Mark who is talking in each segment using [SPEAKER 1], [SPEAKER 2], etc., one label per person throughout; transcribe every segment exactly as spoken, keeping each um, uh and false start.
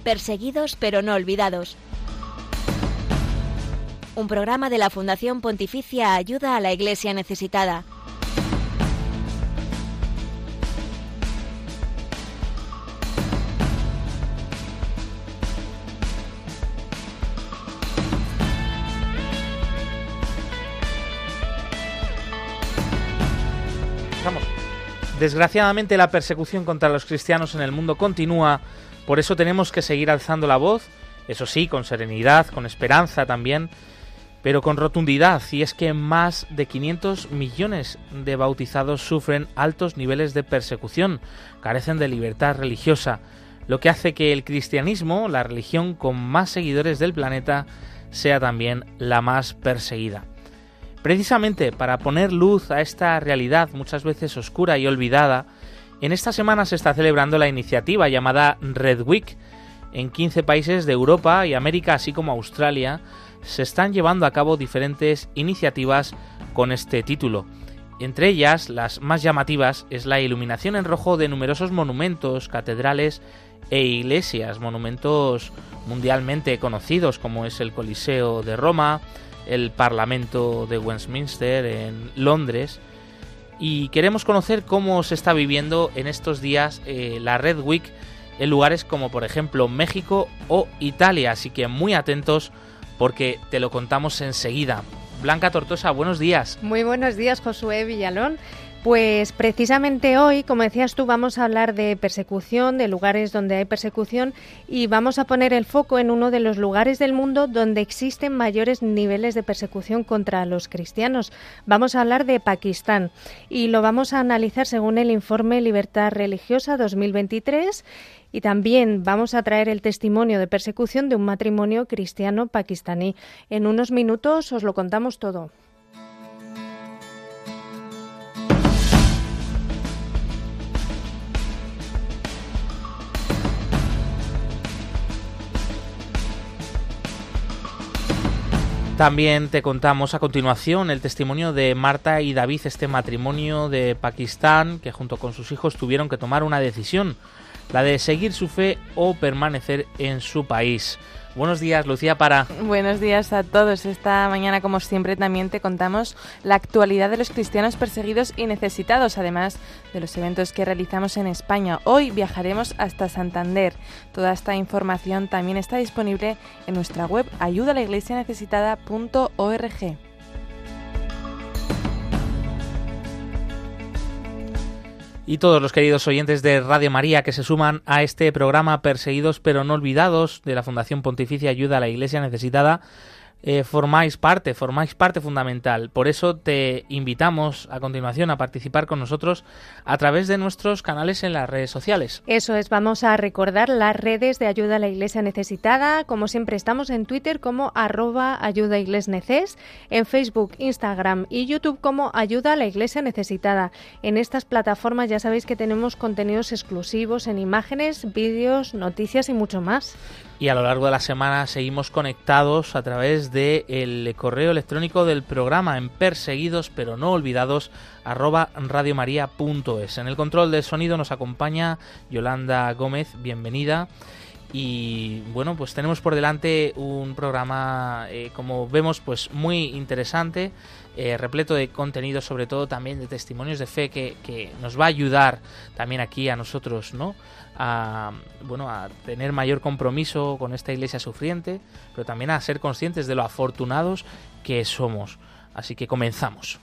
[SPEAKER 1] Perseguidos pero no olvidados. Un programa de la Fundación Pontificia Ayuda a la Iglesia Necesitada.
[SPEAKER 2] Vamos. Desgraciadamente la persecución contra los cristianos en el mundo continúa, por eso tenemos que seguir alzando la voz, eso sí, con serenidad, con esperanza también, pero con rotundidad, y es que más de quinientos millones de bautizados sufren altos niveles de persecución, carecen de libertad religiosa, lo que hace que el cristianismo, la religión con más seguidores del planeta, sea también la más perseguida. Precisamente para poner luz a esta realidad muchas veces oscura y olvidada, en esta semana se está celebrando la iniciativa llamada Red Week. En quince países de Europa y América, así como Australia, se están llevando a cabo diferentes iniciativas con este título. Entre ellas, las más llamativas es la iluminación en rojo de numerosos monumentos, catedrales e iglesias, monumentos mundialmente conocidos como es el Coliseo de Roma, el Parlamento de Westminster en Londres, y queremos conocer cómo se está viviendo en estos días eh, la Red Week en lugares como por ejemplo México o Italia, así que muy atentos porque te lo contamos enseguida. Blanca Tortosa, buenos días.
[SPEAKER 3] Muy buenos días, Josué Villalón. Pues precisamente hoy, como decías tú, vamos a hablar de persecución, de lugares donde hay persecución, y vamos a poner el foco en uno de los lugares del mundo donde existen mayores niveles de persecución contra los cristianos. Vamos a hablar de Pakistán y lo vamos a analizar según el informe Libertad Religiosa dos mil veintitrés. Y también vamos a traer el testimonio de persecución de un matrimonio cristiano pakistaní. En unos minutos os lo contamos todo.
[SPEAKER 2] También te contamos a continuación el testimonio de Marta y David, este matrimonio de Pakistán que junto con sus hijos tuvieron que tomar una decisión, la de seguir su fe o permanecer en su país. Buenos días, Lucía Para.
[SPEAKER 4] Buenos días a todos. Esta mañana, como siempre, también te contamos la actualidad de los cristianos perseguidos y necesitados, además de los eventos que realizamos en España. Hoy viajaremos hasta Santander. Toda esta información también está disponible en nuestra web ayuda a la iglesia necesitada punto org.
[SPEAKER 2] Y todos los queridos oyentes de Radio María que se suman a este programa Perseguidos pero no olvidados de la Fundación Pontificia Ayuda a la Iglesia Necesitada, eh, formáis parte, formáis parte fundamental. Por eso te invitamos a continuación a participar con nosotros a través de nuestros canales en las redes sociales.
[SPEAKER 3] Eso es, vamos a recordar las redes de Ayuda a la Iglesia Necesitada. Como siempre estamos en Twitter como arroba Ayuda Igles Neces, en Facebook, Instagram y YouTube como Ayuda a la Iglesia Necesitada. En estas plataformas ya sabéis que tenemos contenidos exclusivos en imágenes, vídeos, noticias y mucho más.
[SPEAKER 2] Y a lo largo de la semana seguimos conectados a través del correo electrónico del programa en perseguidos pero no olvidados arroba radiomaria punto es. En el control del sonido nos acompaña Yolanda Gómez, bienvenida. Y bueno, pues tenemos por delante un programa, eh, como vemos, pues muy interesante, eh, repleto de contenido, sobre todo también de testimonios de fe que, que nos va a ayudar también aquí a nosotros, ¿no? A, bueno, a tener mayor compromiso con esta iglesia sufriente, pero también a ser conscientes de lo afortunados que somos. Así que comenzamos.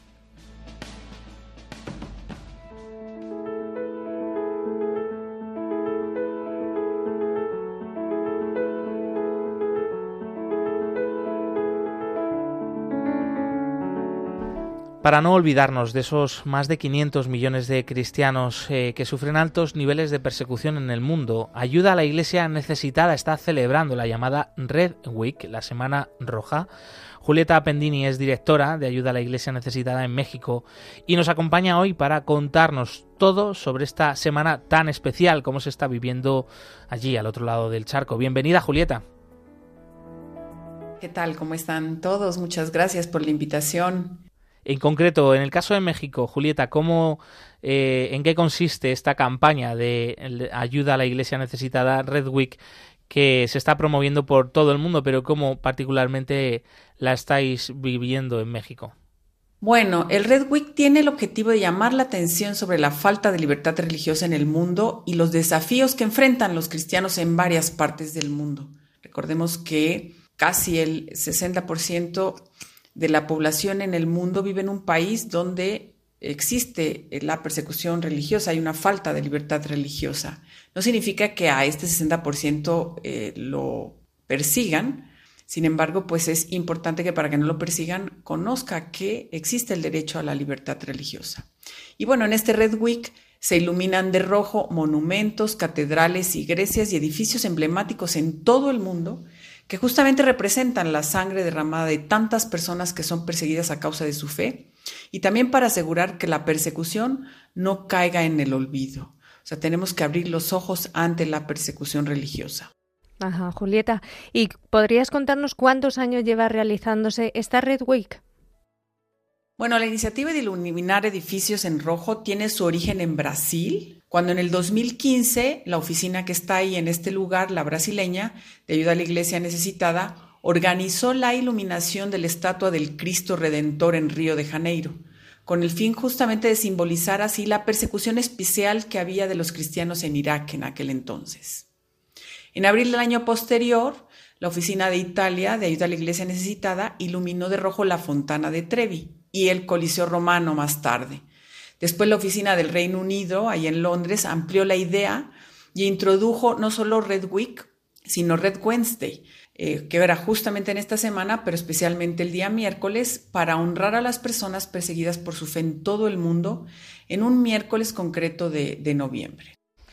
[SPEAKER 2] Para no olvidarnos de esos más de quinientos millones de cristianos eh, que sufren altos niveles de persecución en el mundo, Ayuda a la Iglesia Necesitada está celebrando la llamada Red Week, la Semana Roja. Julieta Pendini es directora de Ayuda a la Iglesia Necesitada en México y nos acompaña hoy para contarnos todo sobre esta semana tan especial, cómo se está viviendo allí al otro lado del charco. Bienvenida, Julieta.
[SPEAKER 5] ¿Qué tal? ¿Cómo están todos? Muchas gracias por la invitación.
[SPEAKER 2] En concreto, en el caso de México, Julieta, ¿cómo, eh, ¿en qué consiste esta campaña de Ayuda a la Iglesia Necesitada Red Week que se está promoviendo por todo el mundo, pero ¿cómo particularmente la estáis viviendo en México?
[SPEAKER 5] Bueno, el Red Week tiene el objetivo de llamar la atención sobre la falta de libertad religiosa en el mundo y los desafíos que enfrentan los cristianos en varias partes del mundo. Recordemos que casi el sesenta por ciento de la población en el mundo vive en un país donde existe la persecución religiosa, hay una falta de libertad religiosa. No significa que a este sesenta por ciento eh, lo persigan. Sin embargo, pues es importante que para que no lo persigan, conozca que existe el derecho a la libertad religiosa. Y bueno, en este Red Week se iluminan de rojo monumentos, catedrales, iglesias y edificios emblemáticos en todo el mundo que justamente representan la sangre derramada de tantas personas que son perseguidas a causa de su fe y también para asegurar que la persecución no caiga en el olvido. O sea, tenemos que abrir los ojos ante la persecución religiosa.
[SPEAKER 3] Ajá, Julieta. ¿Y podrías contarnos cuántos años lleva realizándose esta Red Week?
[SPEAKER 5] Bueno, la iniciativa de iluminar edificios en rojo tiene su origen en Brasil, cuando en el dos mil quince la oficina que está ahí en este lugar, la brasileña, de ayuda a la iglesia necesitada, organizó la iluminación de la estatua del Cristo Redentor en Río de Janeiro, con el fin justamente de simbolizar así la persecución especial que había de los cristianos en Irak en aquel entonces. En abril del año posterior, la oficina de Italia de ayuda a la iglesia necesitada iluminó de rojo la Fontana de Trevi y el Coliseo Romano más tarde. Después la oficina del Reino Unido, ahí en Londres, amplió la idea y introdujo no solo Red Week, sino Red Wednesday, eh, que era justamente en esta semana, pero especialmente el día miércoles, para honrar a las personas perseguidas por su fe en todo el mundo, en un miércoles concreto de, de noviembre.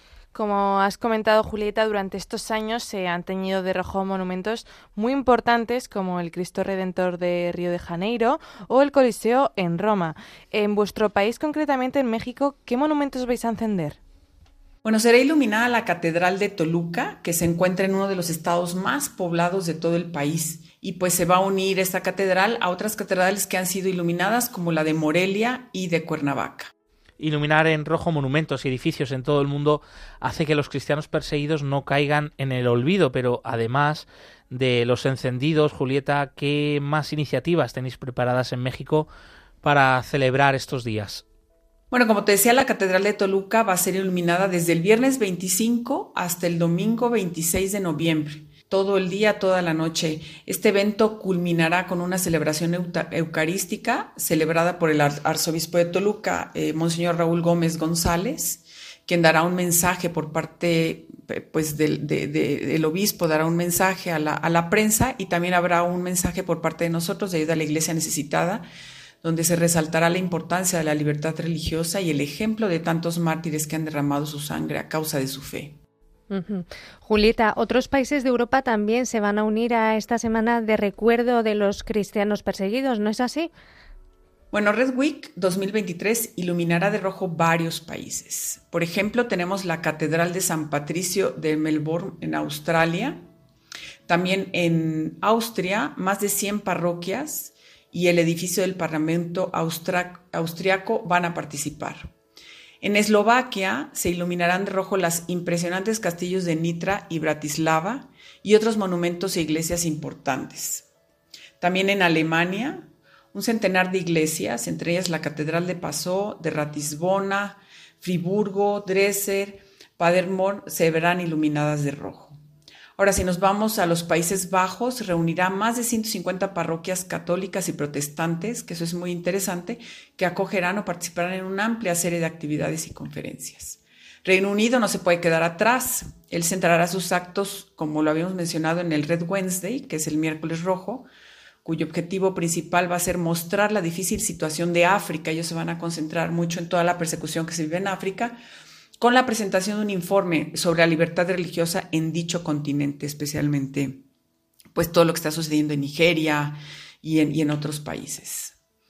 [SPEAKER 4] Como has comentado, Julieta, durante estos años se han teñido de rojo monumentos muy importantes como el Cristo Redentor de Río de Janeiro o el Coliseo en Roma. En vuestro país, concretamente en México, ¿qué monumentos vais a encender?
[SPEAKER 5] Bueno, será iluminada la Catedral de Toluca, que se encuentra en uno de los estados más poblados de todo el país. Y pues se va a unir esta catedral a otras catedrales que han sido iluminadas, como la de Morelia y de Cuernavaca.
[SPEAKER 2] Iluminar en rojo monumentos y edificios en todo el mundo hace que los cristianos perseguidos no caigan en el olvido, pero además de los encendidos, Julieta, ¿qué más iniciativas tenéis preparadas en México para celebrar estos días?
[SPEAKER 5] Bueno, como te decía, la Catedral de Toluca va a ser iluminada desde el viernes veinticinco hasta el domingo veintiséis de noviembre. Todo el día, toda la noche. Este evento culminará con una celebración eucarística celebrada por el arzobispo de Toluca, eh, Monseñor Raúl Gómez González, quien dará un mensaje por parte pues, del, de, de, del obispo, dará un mensaje a la, a la prensa y también habrá un mensaje por parte de nosotros de ayuda a la iglesia necesitada, donde se resaltará la importancia de la libertad religiosa y el ejemplo de tantos mártires que han derramado su sangre a causa de su fe.
[SPEAKER 3] Uh-huh. Julieta, otros países de Europa también se van a unir a esta semana de recuerdo de los cristianos perseguidos, ¿no es así?
[SPEAKER 5] Bueno, Red Week dos mil veintitrés iluminará de rojo varios países. Por ejemplo, tenemos la Catedral de San Patricio de Melbourne en Australia. También en Austria, más de cien parroquias y el edificio del Parlamento austra- austriaco van a participar. En Eslovaquia se iluminarán de rojo las impresionantes castillos de Nitra y Bratislava y otros monumentos e iglesias importantes. También en Alemania, un centenar de iglesias, entre ellas la Catedral de Passau, de Ratisbona, Friburgo, Dresser, Paderborn, se verán iluminadas de rojo. Ahora, si nos vamos a los Países Bajos, reunirá más de ciento cincuenta parroquias católicas y protestantes, que eso es muy interesante, que acogerán o participarán en una amplia serie de actividades y conferencias. Reino Unido no se puede quedar atrás. Él centrará sus actos, como lo habíamos mencionado, en el Red Wednesday, que es el miércoles rojo, cuyo objetivo principal va a ser mostrar la difícil situación de África. Ellos se van a concentrar mucho en toda la persecución que se vive en África, con la presentación de un informe sobre la libertad religiosa en dicho continente, especialmente pues todo lo que está sucediendo en Nigeria y en, y en otros países.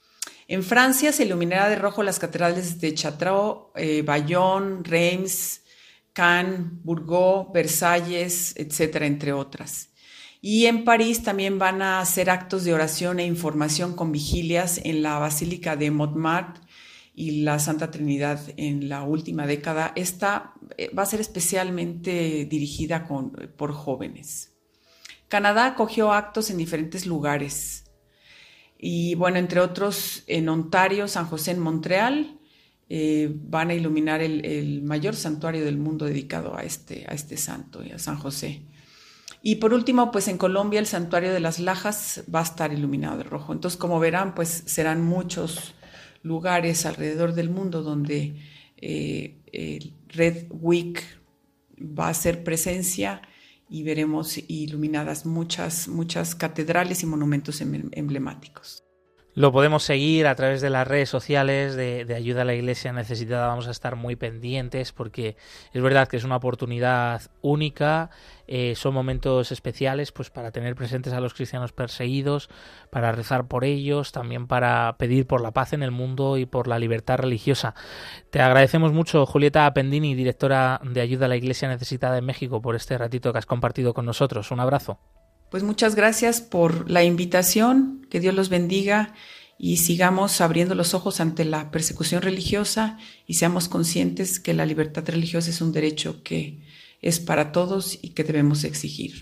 [SPEAKER 5] En Francia se iluminará de rojo las catedrales de Chartreux, eh, Bayonne, Reims, Cannes, Burgos, Versalles, etcétera, entre otras. Y en París también van a hacer actos de oración e información con vigilias en la Basílica de Montmartre y la Santa Trinidad en la última década. Esta va a ser especialmente dirigida con, por jóvenes. Canadá acogió actos en diferentes lugares. Y bueno, entre otros, en Ontario, San José, en Montreal, eh, van a iluminar el, el mayor santuario del mundo dedicado a este, a este santo, a San José. Y por último, pues en Colombia, el santuario de las Lajas va a estar iluminado de rojo. Entonces, como verán, pues serán muchos lugares alrededor del mundo donde eh, el Red Week va a hacer presencia, y veremos iluminadas muchas, muchas catedrales y monumentos emblemáticos.
[SPEAKER 2] Lo podemos seguir a través de las redes sociales de, de Ayuda a la Iglesia Necesitada. Vamos a estar muy pendientes porque es verdad que es una oportunidad única. Eh, son momentos especiales pues para tener presentes a los cristianos perseguidos, para rezar por ellos, también para pedir por la paz en el mundo y por la libertad religiosa. Te agradecemos mucho, Julieta Appendini, directora de Ayuda a la Iglesia Necesitada en México, por este ratito que has compartido con nosotros. Un abrazo.
[SPEAKER 5] Pues muchas gracias por la invitación, que Dios los bendiga y sigamos abriendo los ojos ante la persecución religiosa y seamos conscientes que la libertad religiosa es un derecho que es para todos y que debemos exigir.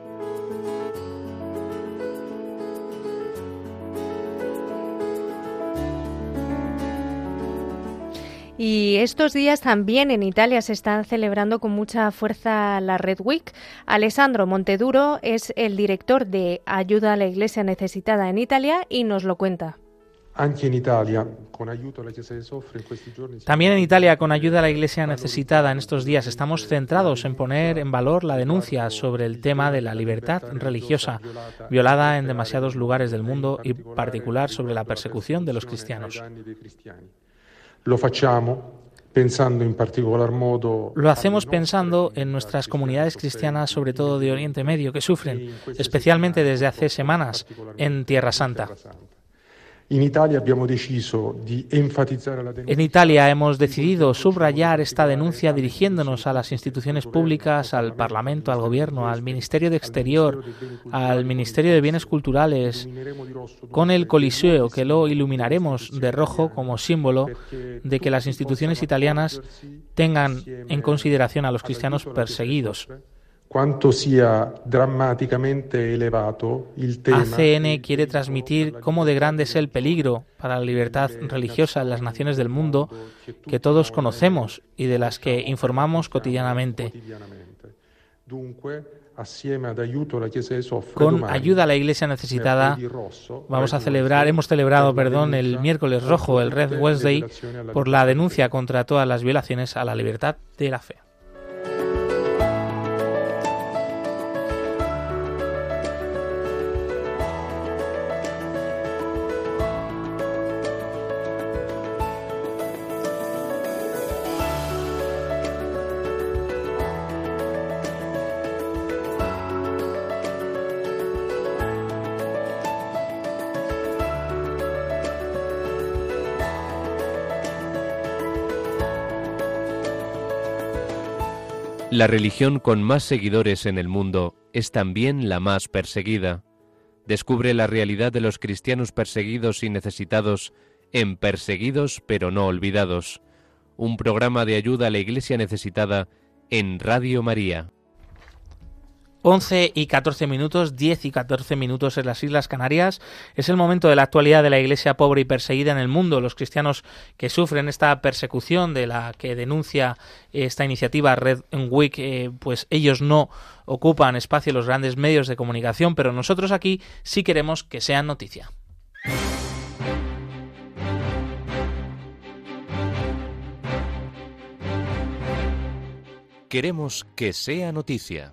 [SPEAKER 3] Y estos días también en Italia se están celebrando con mucha fuerza la Red Week. Alessandro Monteduro es el director de Ayuda a la Iglesia Necesitada en Italia y nos lo cuenta.
[SPEAKER 2] También en Italia, con Ayuda a la Iglesia Necesitada en estos días, estamos centrados en poner en valor la denuncia sobre el tema de la libertad religiosa violada en demasiados lugares del mundo y en particular sobre la persecución de los cristianos.
[SPEAKER 6] Lo facciamo pensando in particolar modo
[SPEAKER 2] Lo hacemos pensando en nuestras comunidades cristianas, sobre todo de Oriente Medio, que sufren, especialmente desde hace semanas, en Tierra Santa.
[SPEAKER 6] In Italia abbiamo deciso di enfatizzare la denuncia.
[SPEAKER 2] En Italia hemos decidido subrayar esta denuncia dirigiéndonos a las instituciones públicas, al Parlamento, al Gobierno, al Ministerio de Exterior, al Ministerio de Bienes Culturales, con el Coliseo, que lo iluminaremos de rojo como símbolo de que las instituciones italianas tengan en consideración a los cristianos perseguidos.
[SPEAKER 6] Quanto sia drammaticamente elevato il tema.
[SPEAKER 2] A C N quiere transmitir cómo de grande es el peligro para la libertad religiosa en las naciones del mundo que todos conocemos y de las que informamos cotidianamente. Con Ayuda a la Iglesia Necesitada vamos a celebrar, hemos celebrado, perdón, el miércoles rojo, el Red Wednesday, por la denuncia contra todas las violaciones a la libertad de la fe.
[SPEAKER 7] La religión con más seguidores en el mundo es también la más perseguida. Descubre la realidad de los cristianos perseguidos y necesitados en Perseguidos pero no olvidados, un programa de ayuda a la Iglesia necesitada en Radio María.
[SPEAKER 2] once y catorce minutos, diez y catorce minutos en las Islas Canarias. Es el momento de la actualidad de la Iglesia pobre y perseguida en el mundo. Los cristianos que sufren esta persecución de la que denuncia esta iniciativa Red Week, eh, pues ellos no ocupan espacio en los grandes medios de comunicación, pero nosotros aquí sí queremos que sean noticia.
[SPEAKER 7] Queremos que sea noticia.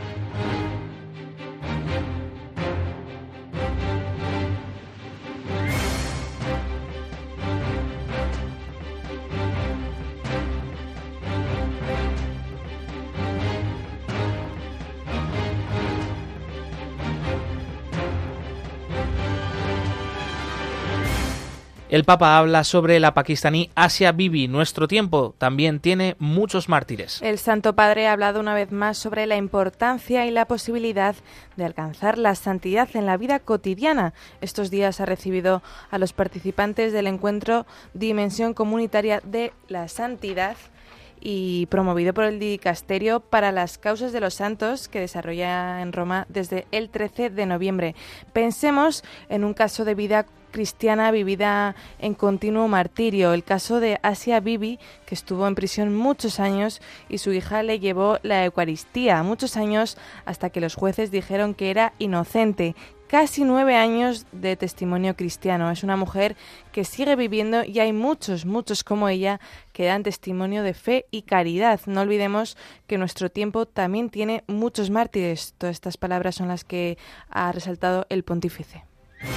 [SPEAKER 2] El Papa habla sobre la pakistaní Asia Bibi. Nuestro tiempo también tiene muchos mártires.
[SPEAKER 4] El Santo Padre ha hablado una vez más sobre la importancia y la posibilidad de alcanzar la santidad en la vida cotidiana. Estos días ha recibido a los participantes del encuentro Dimensión Comunitaria de la Santidad y promovido por el Dicasterio para las Causas de los Santos, que desarrolla en Roma desde el trece de noviembre. Pensemos en un caso de vida cristiana vivida en continuo martirio, el caso de Asia Bibi, que estuvo en prisión muchos años y su hija le llevó la Eucaristía, muchos años hasta que los jueces dijeron que era inocente. Casi nueve años de testimonio cristiano. Es una mujer que sigue viviendo y hay muchos, muchos como ella que dan testimonio de fe y caridad. No olvidemos que nuestro tiempo también tiene muchos mártires. Todas estas palabras son las que ha resaltado el pontífice.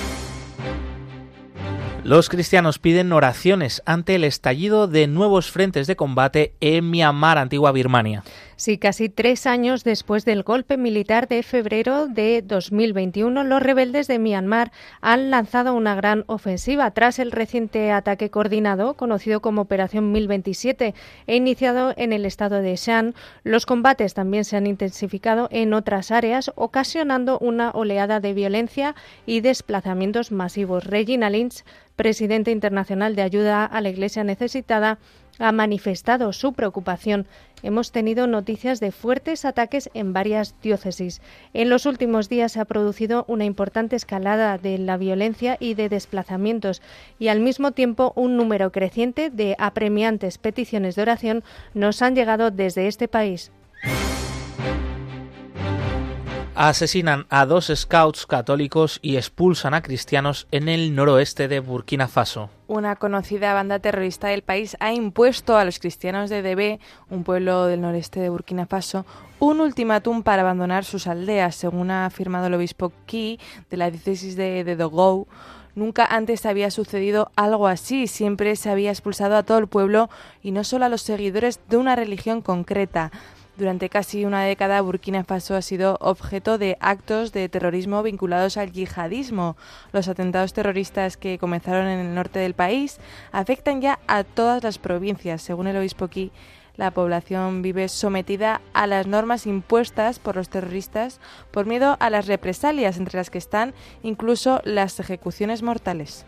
[SPEAKER 2] Los cristianos piden oraciones ante el estallido de nuevos frentes de combate en Myanmar, antigua Birmania.
[SPEAKER 3] Sí, casi tres años después del golpe militar de febrero de dos mil veintiuno, los rebeldes de Myanmar han lanzado una gran ofensiva tras el reciente ataque coordinado, conocido como Operación mil veintisiete, e iniciado en el estado de Shan. Los combates también se han intensificado en otras áreas, ocasionando una oleada de violencia y desplazamientos masivos. Regina Lynch, presidente internacional de ayuda a la Iglesia necesitada, ha manifestado su preocupación. Hemos tenido noticias de fuertes ataques en varias diócesis. En los últimos días se ha producido una importante escalada de la violencia y de desplazamientos y al mismo tiempo un número creciente de apremiantes peticiones de oración nos han llegado desde este país.
[SPEAKER 2] Asesinan a dos scouts católicos y expulsan a cristianos en el noroeste de Burkina Faso.
[SPEAKER 4] Una conocida banda terrorista del país ha impuesto a los cristianos de Debe, un pueblo del noreste de Burkina Faso, un ultimátum para abandonar sus aldeas, según ha afirmado el obispo Ki de la diócesis de, de Dogou. Nunca antes había sucedido algo así, siempre se había expulsado a todo el pueblo y no solo a los seguidores de una religión concreta. Durante casi una década, Burkina Faso ha sido objeto de actos de terrorismo vinculados al yihadismo. Los atentados terroristas que comenzaron en el norte del país afectan ya a todas las provincias. Según el obispo Ki, la población vive sometida a las normas impuestas por los terroristas por miedo a las represalias, entre las que están incluso las ejecuciones mortales.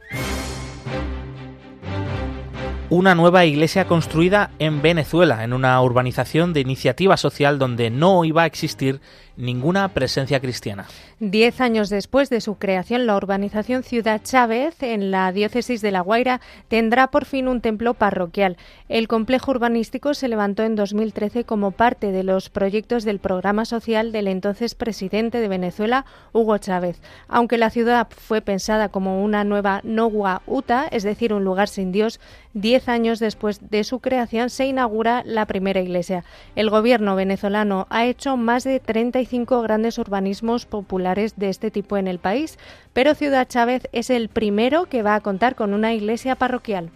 [SPEAKER 2] Una nueva iglesia construida en Venezuela, en una urbanización de iniciativa social donde no iba a existir ninguna presencia cristiana.
[SPEAKER 3] Diez años después de su creación, la urbanización Ciudad Chávez, en la diócesis de La Guaira, tendrá por fin un templo parroquial. El complejo urbanístico se levantó en dos mil trece como parte de los proyectos del programa social del entonces presidente de Venezuela, Hugo Chávez. Aunque la ciudad fue pensada como una nueva Nogua Uta, es decir, un lugar sin Dios, diez años después de su creación se inaugura la primera iglesia. El gobierno venezolano ha hecho más de treinta y cinco grandes urbanismos populares de este tipo en el país, pero Ciudad Chávez es el primero que va a contar con una iglesia parroquial.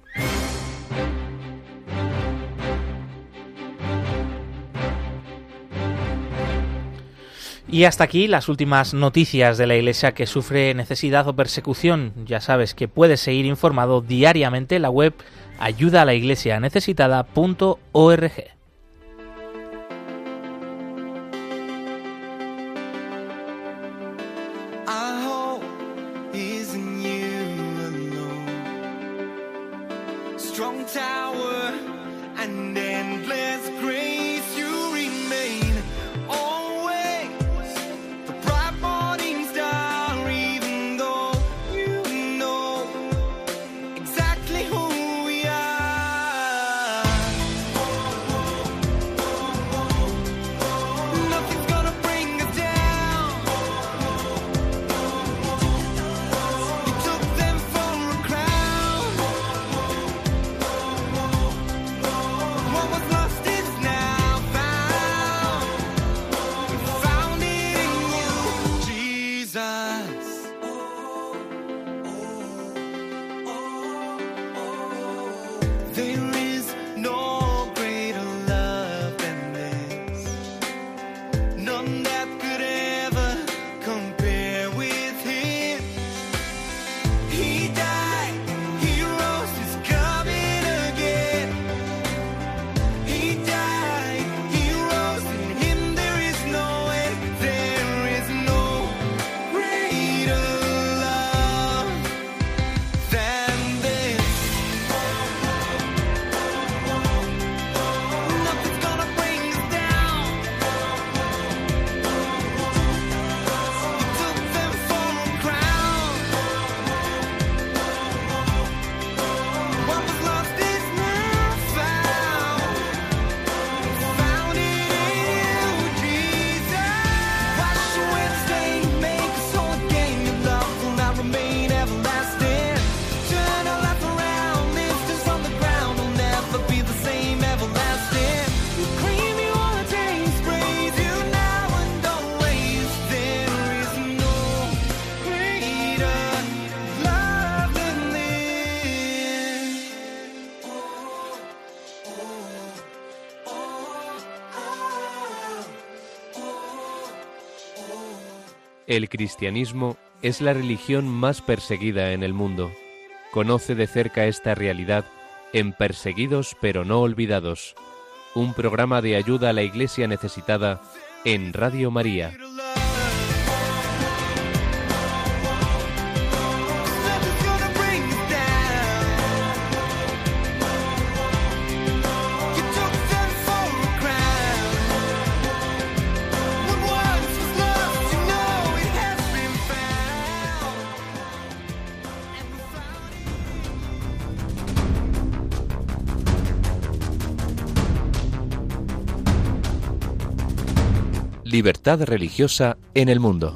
[SPEAKER 2] Y hasta aquí las últimas noticias de la Iglesia que sufre necesidad o persecución. Ya sabes que puedes seguir informado diariamente en la web ayuda a la iglesia necesitada punto org.
[SPEAKER 7] El cristianismo es la religión más perseguida en el mundo. Conoce de cerca esta realidad en Perseguidos pero no olvidados, un programa de ayuda a la Iglesia necesitada en Radio María. Libertad religiosa en el mundo.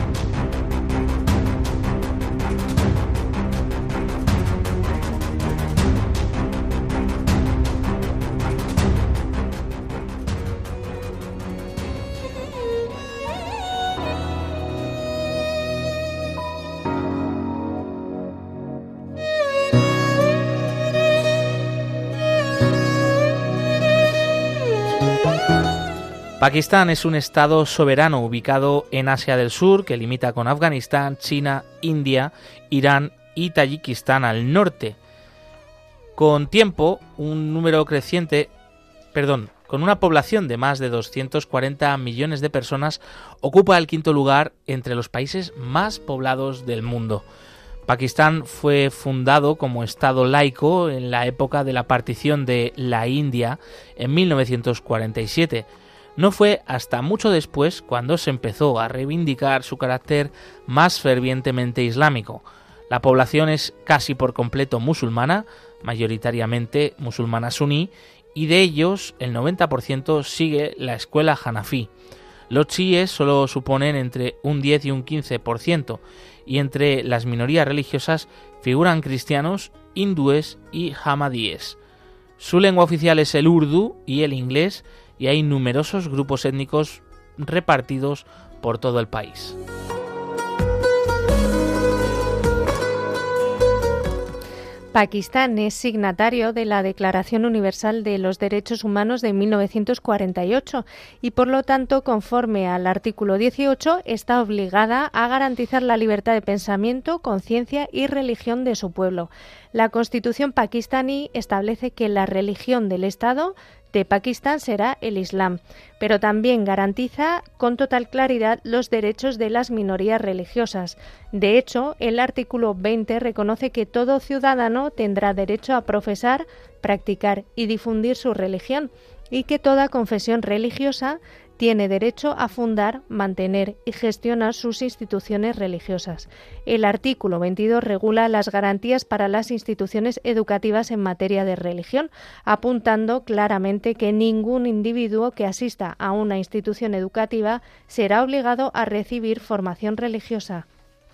[SPEAKER 2] Pakistán es un estado soberano ubicado en Asia del Sur que limita con Afganistán, China, India, Irán y Tayikistán al norte. Con tiempo, un número creciente, perdón, con una población de más de doscientos cuarenta millones de personas, ocupa el quinto lugar entre los países más poblados del mundo. Pakistán fue fundado como estado laico en la época de la partición de la India en mil novecientos cuarenta y siete. No fue hasta mucho después cuando se empezó a reivindicar su carácter más fervientemente islámico. La población es casi por completo musulmana, mayoritariamente musulmana suní, y de ellos el noventa por ciento sigue la escuela hanafí. Los chiíes solo suponen entre un diez y un quince por ciento, y entre las minorías religiosas figuran cristianos, hindúes y ahmadíes. Su lengua oficial es el urdu y el inglés, y hay numerosos grupos étnicos repartidos por todo el país.
[SPEAKER 3] Pakistán es signatario de la Declaración Universal de los Derechos Humanos de mil novecientos cuarenta y ocho y, por lo tanto, conforme al artículo dieciocho, está obligada a garantizar la libertad de pensamiento, conciencia y religión de su pueblo. La Constitución pakistaní establece que la religión del Estado de Pakistán será el Islam, pero también garantiza con total claridad los derechos de las minorías religiosas. De hecho, el artículo veinte reconoce que todo ciudadano tendrá derecho a profesar, practicar y difundir su religión, y que toda confesión religiosa tiene derecho a fundar, mantener y gestionar sus instituciones religiosas. El artículo veintidós regula las garantías para las instituciones educativas en materia de religión, apuntando claramente que ningún individuo que asista a una institución educativa será obligado a recibir formación religiosa.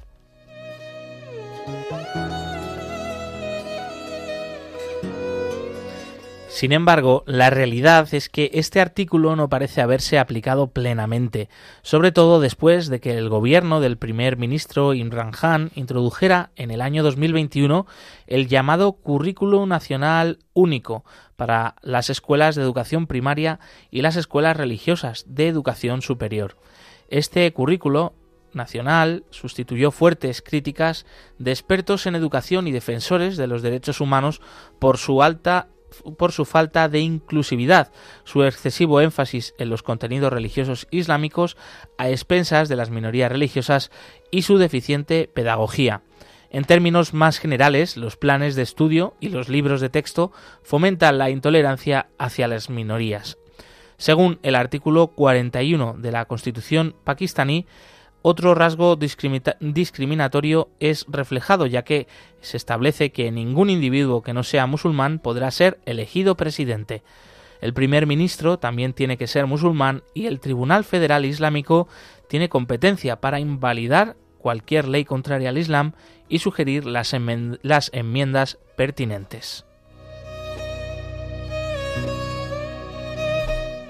[SPEAKER 2] Sin embargo, la realidad es que este artículo no parece haberse aplicado plenamente, sobre todo después de que el gobierno del primer ministro Imran Khan introdujera en el año dos mil veintiuno el llamado Currículo Nacional Único para las escuelas de educación primaria y las escuelas religiosas de educación superior. Este currículo nacional sustituyó fuertes críticas de expertos en educación y defensores de los derechos humanos por su alta por su falta de inclusividad, su excesivo énfasis en los contenidos religiosos islámicos a expensas de las minorías religiosas y su deficiente pedagogía. En términos más generales, los planes de estudio y los libros de texto fomentan la intolerancia hacia las minorías. Según el artículo cuarenta y uno de la Constitución pakistaní, otro rasgo discriminatorio es reflejado, ya que se establece que ningún individuo que no sea musulmán podrá ser elegido presidente. El primer ministro también tiene que ser musulmán y el Tribunal Federal Islámico tiene competencia para invalidar cualquier ley contraria al Islam y sugerir las, enmend- las enmiendas pertinentes.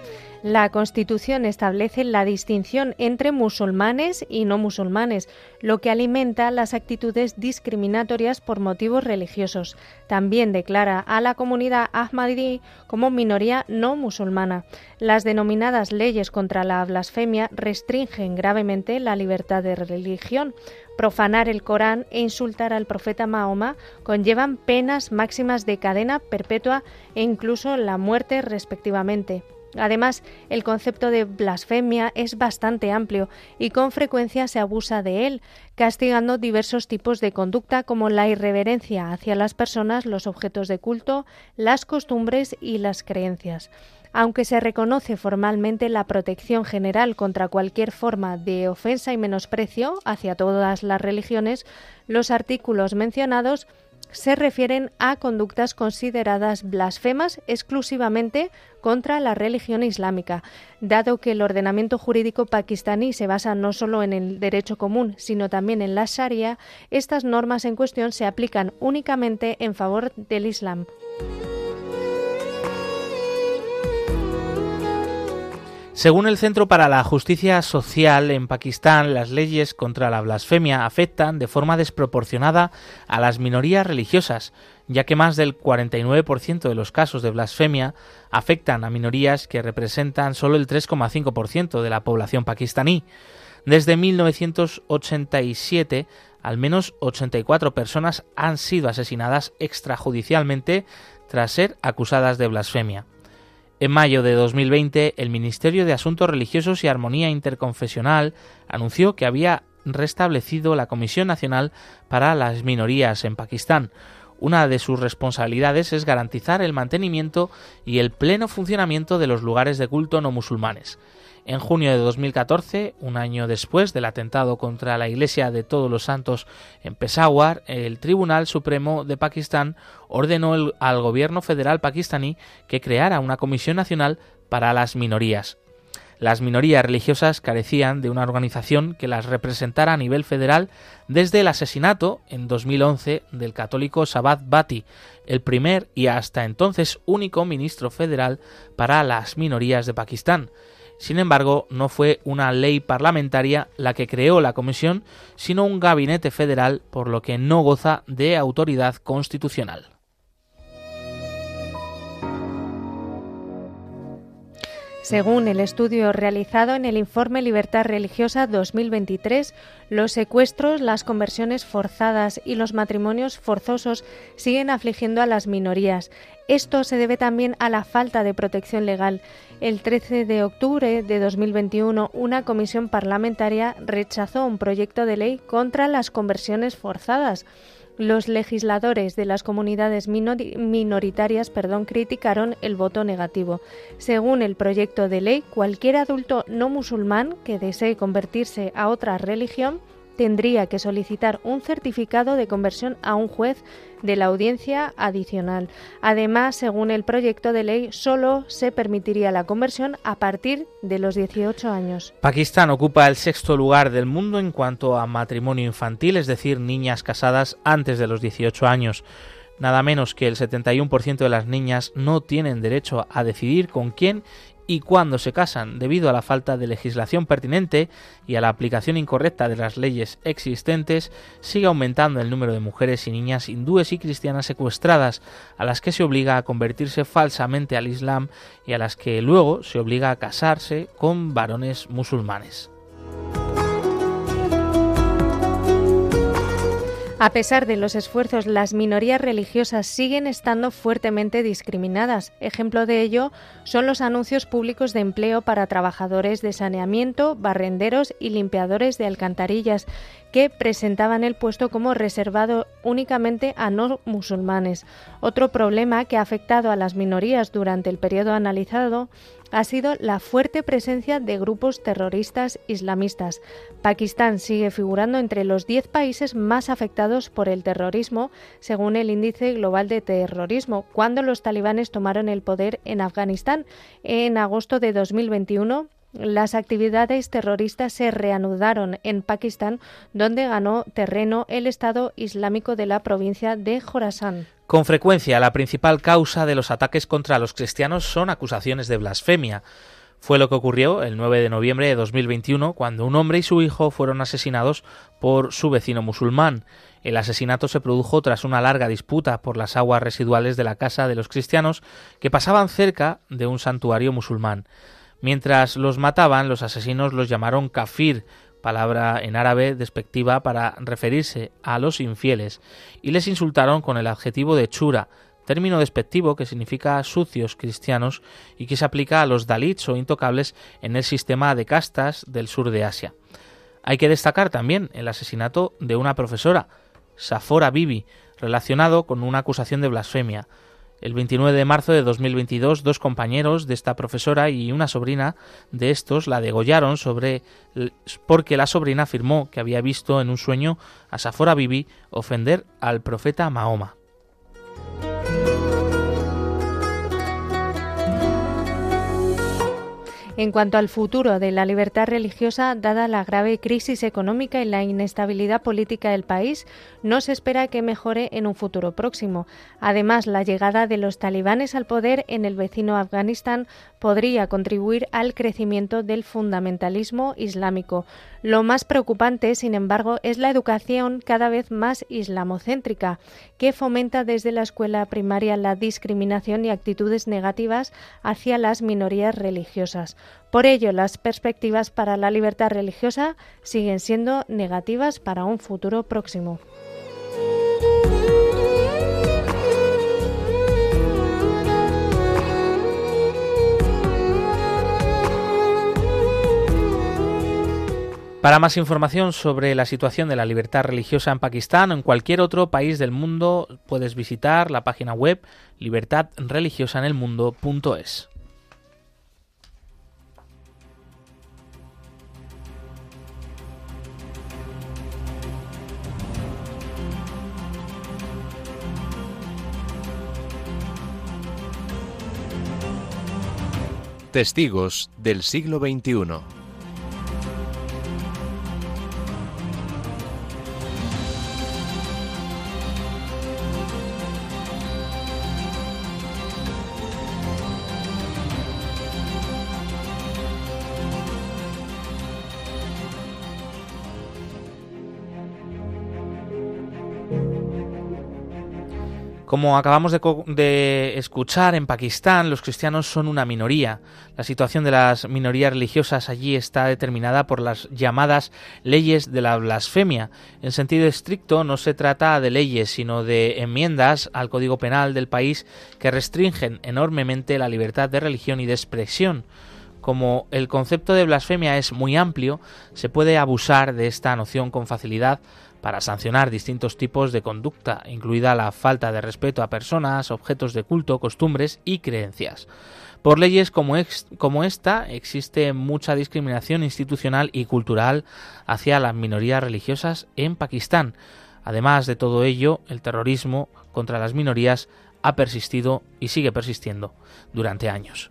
[SPEAKER 3] La Constitución establece la distinción entre musulmanes y no musulmanes, lo que alimenta las actitudes discriminatorias por motivos religiosos. También declara a la comunidad ahmadí como minoría no musulmana. Las denominadas leyes contra la blasfemia restringen gravemente la libertad de religión. Profanar el Corán e insultar al profeta Mahoma conllevan penas máximas de cadena perpetua e incluso la muerte respectivamente. Además, el concepto de blasfemia es bastante amplio y con frecuencia se abusa de él, castigando diversos tipos de conducta como la irreverencia hacia las personas, los objetos de culto, las costumbres y las creencias. Aunque se reconoce formalmente la protección general contra cualquier forma de ofensa y menosprecio hacia todas las religiones, los artículos mencionados se refieren a conductas consideradas blasfemas exclusivamente contra la religión islámica. Dado que el ordenamiento jurídico pakistaní se basa no solo en el derecho común, sino también en la Sharia, estas normas en cuestión se aplican únicamente en favor del Islam.
[SPEAKER 2] Según el Centro para la Justicia Social, en Pakistán las leyes contra la blasfemia afectan de forma desproporcionada a las minorías religiosas, ya que más del cuarenta y nueve por ciento de los casos de blasfemia afectan a minorías que representan solo el tres coma cinco por ciento de la población pakistaní. Desde mil novecientos ochenta y siete, al menos ochenta y cuatro personas han sido asesinadas extrajudicialmente tras ser acusadas de blasfemia. En mayo de dos mil veinte, el Ministerio de Asuntos Religiosos y Armonía Interconfesional anunció que había restablecido la Comisión Nacional para las Minorías en Pakistán. Una de sus responsabilidades es garantizar el mantenimiento y el pleno funcionamiento de los lugares de culto no musulmanes. En junio de dos mil catorce, un año después del atentado contra la Iglesia de Todos los Santos en Peshawar, el Tribunal Supremo de Pakistán ordenó el, al gobierno federal pakistaní que creara una Comisión Nacional para las Minorías. Las minorías religiosas carecían de una organización que las representara a nivel federal desde el asesinato en dos mil once del católico Shabbat Bhatti, el primer y hasta entonces único ministro federal para las minorías de Pakistán. Sin embargo, no fue una ley parlamentaria la que creó la comisión, sino un gabinete federal, por lo que no goza de autoridad constitucional.
[SPEAKER 3] Según el estudio realizado en el Informe Libertad Religiosa dos mil veintitrés, los secuestros, las conversiones forzadas y los matrimonios forzosos siguen afligiendo a las minorías. Esto se debe también a la falta de protección legal. El trece de octubre de dos mil veintiuno, una comisión parlamentaria rechazó un proyecto de ley contra las conversiones forzadas. Los legisladores de las comunidades minori- minoritarias perdón, criticaron el voto negativo. Según el proyecto de ley, cualquier adulto no musulmán que desee convertirse a otra religión tendría que solicitar un certificado de conversión a un juez de la audiencia adicional. Además, según el proyecto de ley, solo se permitiría la conversión a partir de los dieciocho años.
[SPEAKER 2] Pakistán ocupa el sexto lugar del mundo en cuanto a matrimonio infantil, es decir, niñas casadas antes de los dieciocho años. Nada menos que el setenta y uno por ciento de las niñas no tienen derecho a decidir con quién y cuándo se casan, debido a la falta de legislación pertinente y a la aplicación incorrecta de las leyes existentes. Sigue aumentando el número de mujeres y niñas hindúes y cristianas secuestradas, a las que se obliga a convertirse falsamente al Islam y a las que luego se obliga a casarse con varones musulmanes.
[SPEAKER 3] A pesar de los esfuerzos, las minorías religiosas siguen estando fuertemente discriminadas. Ejemplo de ello son los anuncios públicos de empleo para trabajadores de saneamiento, barrenderos y limpiadores de alcantarillas, que presentaban el puesto como reservado únicamente a no musulmanes. Otro problema que ha afectado a las minorías durante el periodo analizado ha sido la fuerte presencia de grupos terroristas islamistas. Pakistán sigue figurando entre los diez países más afectados por el terrorismo, según el Índice Global de Terrorismo, cuando los talibanes tomaron el poder en Afganistán. En agosto de dos mil veintiuno, las actividades terroristas se reanudaron en Pakistán, donde ganó terreno el Estado Islámico de la provincia de Jorasán.
[SPEAKER 2] Con frecuencia, la principal causa de los ataques contra los cristianos son acusaciones de blasfemia. Fue lo que ocurrió el nueve de noviembre de dos mil veintiuno, cuando un hombre y su hijo fueron asesinados por su vecino musulmán. El asesinato se produjo tras una larga disputa por las aguas residuales de la casa de los cristianos que pasaban cerca de un santuario musulmán. Mientras los mataban, los asesinos los llamaron kafir, palabra en árabe despectiva para referirse a los infieles, y les insultaron con el adjetivo de chura, término despectivo que significa sucios cristianos y que se aplica a los dalits o intocables en el sistema de castas del sur de Asia. Hay que destacar también el asesinato de una profesora, Safora Bibi, relacionado con una acusación de blasfemia. El veintinueve de marzo de dos mil veintidós, dos compañeros de esta profesora y una sobrina de estos la degollaron sobre porque la sobrina afirmó que había visto en un sueño a Safora Bibi ofender al profeta Mahoma.
[SPEAKER 3] En cuanto al futuro de la libertad religiosa, dada la grave crisis económica y la inestabilidad política del país, no se espera que mejore en un futuro próximo. Además, la llegada de los talibanes al poder en el vecino Afganistán podría contribuir al crecimiento del fundamentalismo islámico. Lo más preocupante, sin embargo, es la educación cada vez más islamocéntrica, que fomenta desde la escuela primaria la discriminación y actitudes negativas hacia las minorías religiosas. Por ello, las perspectivas para la libertad religiosa siguen siendo negativas para un futuro próximo.
[SPEAKER 2] Para más información sobre la situación de la libertad religiosa en Pakistán o en cualquier otro país del mundo, puedes visitar la página web libertad religiosa en el mundo punto es.
[SPEAKER 7] Testigos del siglo veintiuno.
[SPEAKER 2] Como acabamos de, de escuchar, en Pakistán los cristianos son una minoría. La situación de las minorías religiosas allí está determinada por las llamadas leyes de la blasfemia. En sentido estricto no se trata de leyes, sino de enmiendas al Código Penal del país que restringen enormemente la libertad de religión y de expresión. Como el concepto de blasfemia es muy amplio, se puede abusar de esta noción con facilidad para sancionar distintos tipos de conducta, incluida la falta de respeto a personas, objetos de culto, costumbres y creencias. Por leyes como, ex, como esta, existe mucha discriminación institucional y cultural hacia las minorías religiosas en Pakistán. Además de todo ello, el terrorismo contra las minorías ha persistido y sigue persistiendo durante años.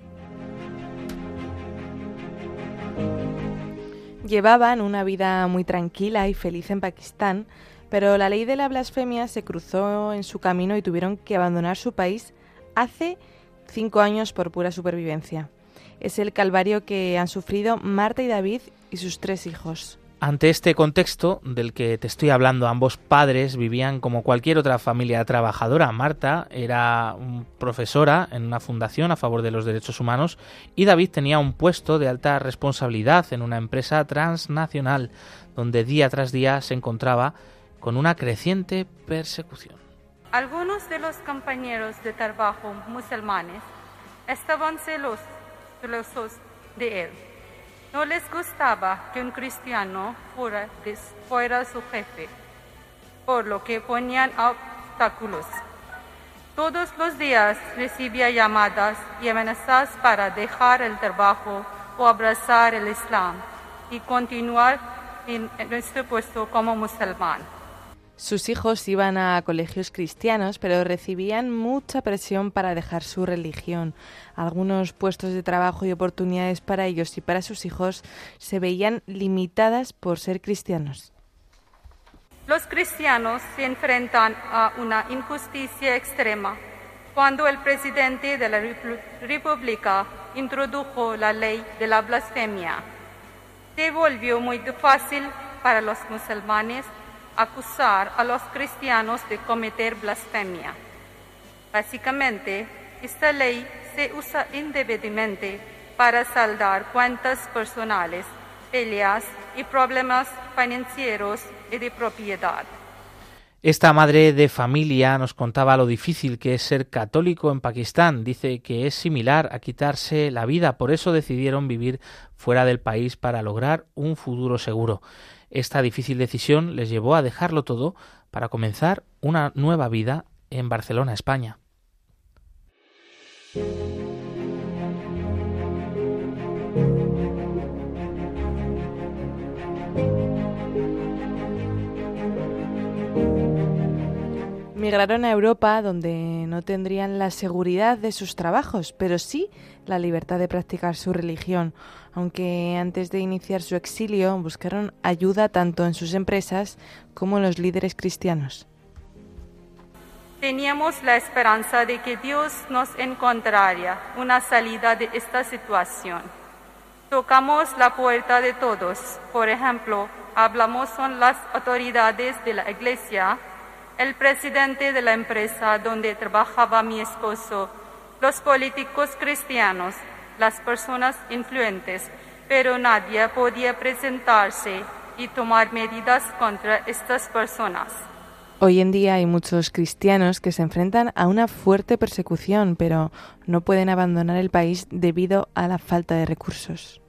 [SPEAKER 4] Llevaban una vida muy tranquila y feliz en Pakistán, pero la ley de la blasfemia se cruzó en su camino y tuvieron que abandonar su país hace cinco años por pura supervivencia. Es el calvario que han sufrido Marta y David y sus tres hijos.
[SPEAKER 2] Ante este contexto del que te estoy hablando, ambos padres vivían como cualquier otra familia trabajadora. Marta era profesora en una fundación a favor de los derechos humanos y David tenía un puesto de alta responsabilidad en una empresa transnacional donde día tras día se encontraba con una creciente persecución.
[SPEAKER 8] Algunos de los compañeros de trabajo musulmanes estaban celosos, celosos de él. No les gustaba que un cristiano fuera, fuera su jefe, por lo que ponían obstáculos. Todos los días recibía llamadas y amenazas para dejar el trabajo o abrazar el Islam y continuar en nuestro puesto como musulmán.
[SPEAKER 4] Sus hijos iban a colegios cristianos, pero recibían mucha presión para dejar su religión. Algunos puestos de trabajo y oportunidades para ellos y para sus hijos se veían limitadas por ser cristianos.
[SPEAKER 8] Los cristianos se enfrentan a una injusticia extrema cuando el presidente de la República introdujo la ley de la blasfemia. Se volvió muy fácil para los musulmanes acusar a los cristianos de cometer blasfemia. Básicamente, esta ley se usa indebidamente para saldar cuentas personales, peleas y problemas financieros y de propiedad.
[SPEAKER 2] Esta madre de familia nos contaba lo difícil que es ser católico en Pakistán. Dice que es similar a quitarse la vida, por eso decidieron vivir fuera del país para lograr un futuro seguro. Esta difícil decisión les llevó a dejarlo todo para comenzar una nueva vida en Barcelona, España.
[SPEAKER 4] Migraron a Europa, donde no tendrían la seguridad de sus trabajos, pero sí la libertad de practicar su religión, aunque antes de iniciar su exilio buscaron ayuda tanto en sus empresas como en los líderes cristianos.
[SPEAKER 8] Teníamos la esperanza de que Dios nos encontraría una salida de esta situación. Tocamos la puerta de todos. Por ejemplo, hablamos con las autoridades de la iglesia, el presidente de la empresa donde trabajaba mi esposo, los políticos cristianos, las personas influyentes, pero nadie podía presentarse y tomar medidas contra estas personas.
[SPEAKER 4] Hoy en día hay muchos cristianos que se enfrentan a una fuerte persecución, pero no pueden abandonar el país debido a la falta de recursos.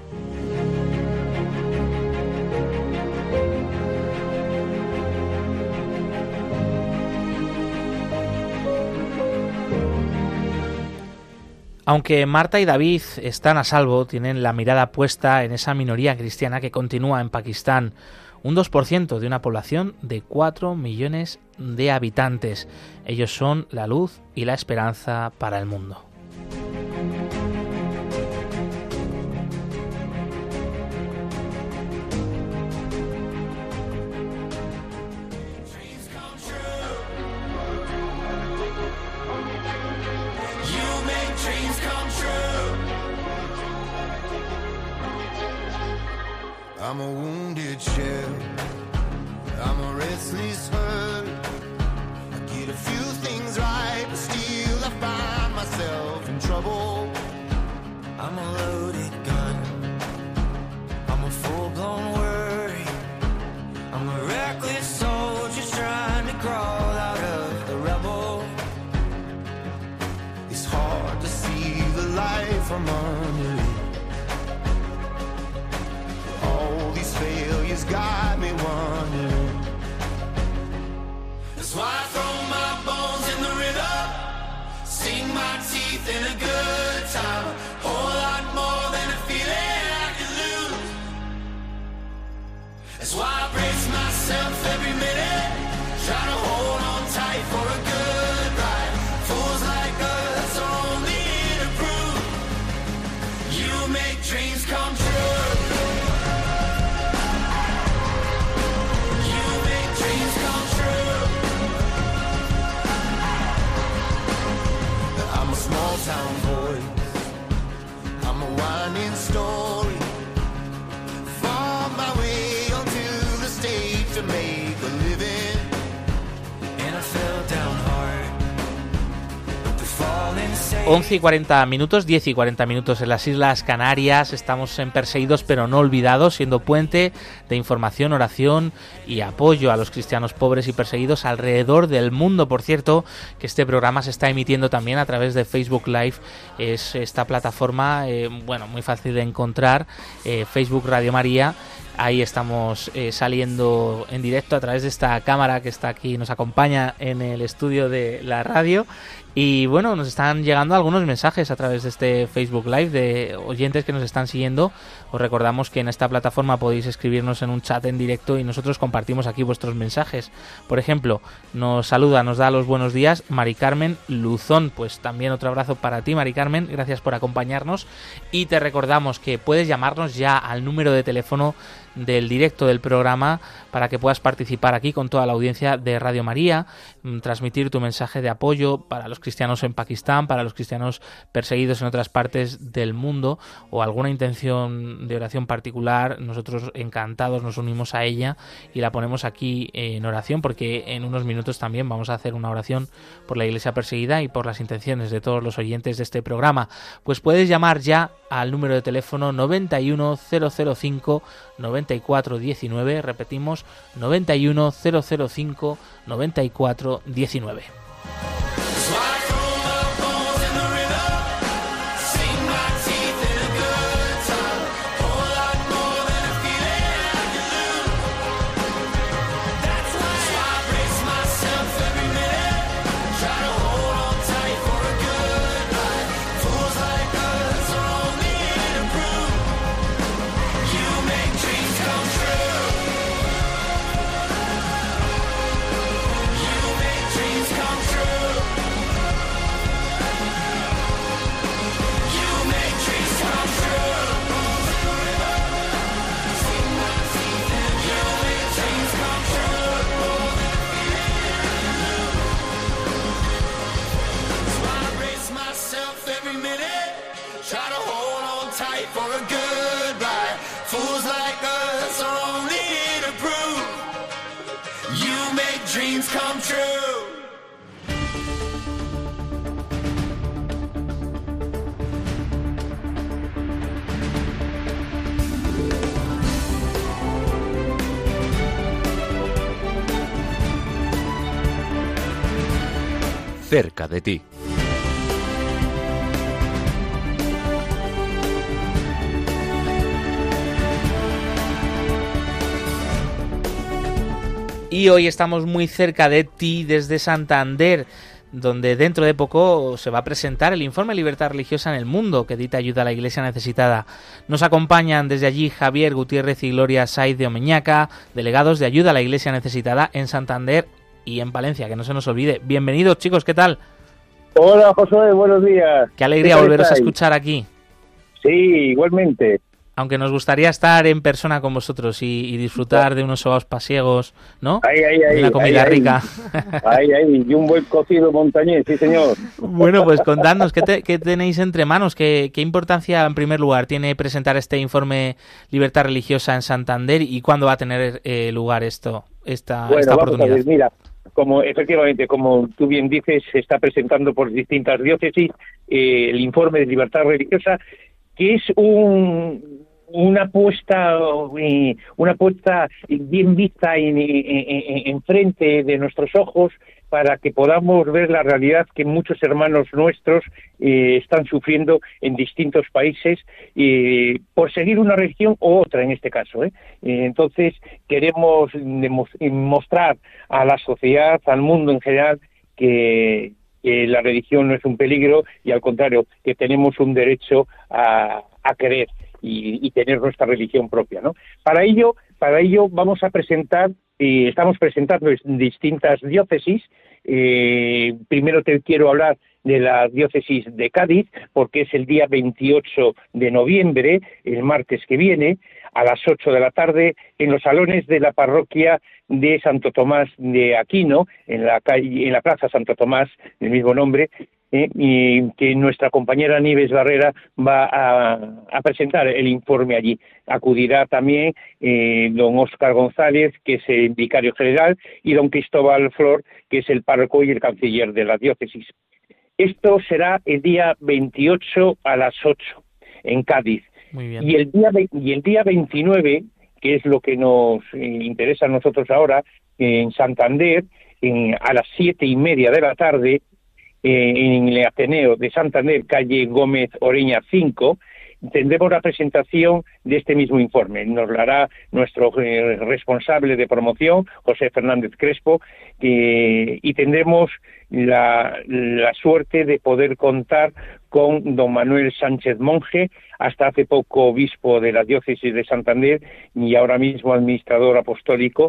[SPEAKER 2] Aunque Marta y David están a salvo, tienen la mirada puesta en esa minoría cristiana que continúa en Pakistán, un dos por ciento de una población de cuatro millones de habitantes. Ellos son la luz y la esperanza para el mundo.
[SPEAKER 9] I'm a wounded shell, I'm a restless herd. I get a few things right, but still I find myself in trouble. I'm a loaded gun, I'm a full-blown worry. I'm a reckless soldier trying to crawl out of the rubble. It's hard to see the light from under it. Failures got me wondering. That's why I throw my bones in the river, sink my teeth in a good time. Whole lot more than a feeling I can lose. That's why I brace myself every minute, try to hold on tight for a good ride. Fools like us are only here to prove you make dreams come true. Small town voice, I'm a winding story. Found my way onto the stage to make a living, and I fell down hard, but the falling safe.
[SPEAKER 2] once y cuarenta minutos, diez y cuarenta minutos en las Islas Canarias. Estamos en Perseguidos pero no olvidados, siendo puente de información, oración y apoyo a los cristianos pobres y perseguidos alrededor del mundo. Por cierto, que este programa se está emitiendo también a través de Facebook Live. Es esta plataforma, eh, bueno, muy fácil de encontrar, eh, Facebook Radio María. Ahí estamos eh, saliendo en directo a través de esta cámara que está aquí, nos acompaña en el estudio de la radio. Y bueno, nos están llegando algunos mensajes a través de este Facebook Live de oyentes que nos están siguiendo. Os recordamos que en esta plataforma podéis escribirnos en un chat en directo y nosotros compartimos aquí vuestros mensajes. Por ejemplo, nos saluda, nos da los buenos días Mari Carmen Luzón. Pues también otro abrazo para ti, Mari Carmen. Gracias por acompañarnos. Y te recordamos que puedes llamarnos ya al número de teléfono del directo del programa para que puedas participar aquí con toda la audiencia de Radio María, transmitir tu mensaje de apoyo para los cristianos en Pakistán, para los cristianos perseguidos en otras partes del mundo, o alguna intención de oración particular. Nosotros encantados nos unimos a ella y la ponemos aquí en oración, porque en unos minutos también vamos a hacer una oración por la Iglesia perseguida y por las intenciones de todos los oyentes de este programa. Pues puedes llamar ya al número de teléfono noventa y uno cero cero cinco noventa y cuatro diecinueve, repetimos, noventa y uno cero cero cinco noventa y cuatro diecinueve.
[SPEAKER 7] Cerca de ti.
[SPEAKER 2] Y hoy estamos muy cerca de ti desde Santander, donde dentro de poco se va a presentar el informe Libertad Religiosa en el Mundo, que edita Ayuda a la Iglesia Necesitada. Nos acompañan desde allí Javier Gutiérrez y Gloria Saiz de Omeñaca, delegados de Ayuda a la Iglesia Necesitada en Santander y en Palencia, que no se nos olvide. Bienvenidos, chicos, ¿qué tal?
[SPEAKER 10] Hola, Josué, buenos días.
[SPEAKER 2] Qué alegría volveros a escuchar aquí.
[SPEAKER 10] Sí, igualmente.
[SPEAKER 2] Aunque nos gustaría estar en persona con vosotros y, y disfrutar de unos sobaos pasiegos, ¿no?
[SPEAKER 10] Ahí, ahí, ahí.
[SPEAKER 2] De una comida
[SPEAKER 10] ahí,
[SPEAKER 2] rica.
[SPEAKER 10] Ahí, ahí, y un buen cocido montañés, sí, señor.
[SPEAKER 2] Bueno, pues contadnos, ¿qué, te, qué tenéis entre manos? ¿Qué, ¿Qué importancia, en primer lugar, tiene presentar este informe Libertad Religiosa en Santander y cuándo va a tener eh, lugar esto, esta,
[SPEAKER 10] bueno,
[SPEAKER 2] esta
[SPEAKER 10] vamos
[SPEAKER 2] oportunidad?
[SPEAKER 10] A ver, mira, como efectivamente, como tú bien dices, se está presentando por distintas diócesis eh, el informe de Libertad Religiosa, que es un... una apuesta una apuesta bien vista en, en, en frente de nuestros ojos para que podamos ver la realidad que muchos hermanos nuestros eh, están sufriendo en distintos países eh, por seguir una religión u otra en este caso. ¿eh? Eh, entonces queremos mostrar a la sociedad, al mundo en general, que, que la religión no es un peligro y al contrario, que tenemos un derecho a, a querer. Y, y tener nuestra religión propia, ¿no? Para ello, para ello vamos a presentar, eh, estamos presentando distintas diócesis. Eh, primero te quiero hablar de la diócesis de Cádiz, porque es el día veintiocho de noviembre, el martes que viene, a las ocho de la tarde, en los salones de la parroquia de Santo Tomás de Aquino, en la calle, en la plaza Santo Tomás, del mismo nombre, Eh, y que nuestra compañera Nieves Barrera va a, a presentar el informe allí. Acudirá también eh, don Óscar González, que es el vicario general, y don Cristóbal Flor, que es el párroco y el canciller de la diócesis. Esto será el día veintiocho a las ocho en Cádiz.
[SPEAKER 2] Muy bien.
[SPEAKER 10] Y el día y el día veintinueve, que es lo que nos eh, interesa a nosotros ahora, eh, en Santander, en, a las siete y media de la tarde, en el Ateneo de Santander, calle Gómez Oreña cinco, tendremos la presentación de este mismo informe. Nos lo hará nuestro eh, responsable de promoción, José Fernández Crespo, eh, y tendremos la, la suerte de poder contar con don Manuel Sánchez Monje, hasta hace poco obispo de la diócesis de Santander y ahora mismo administrador apostólico,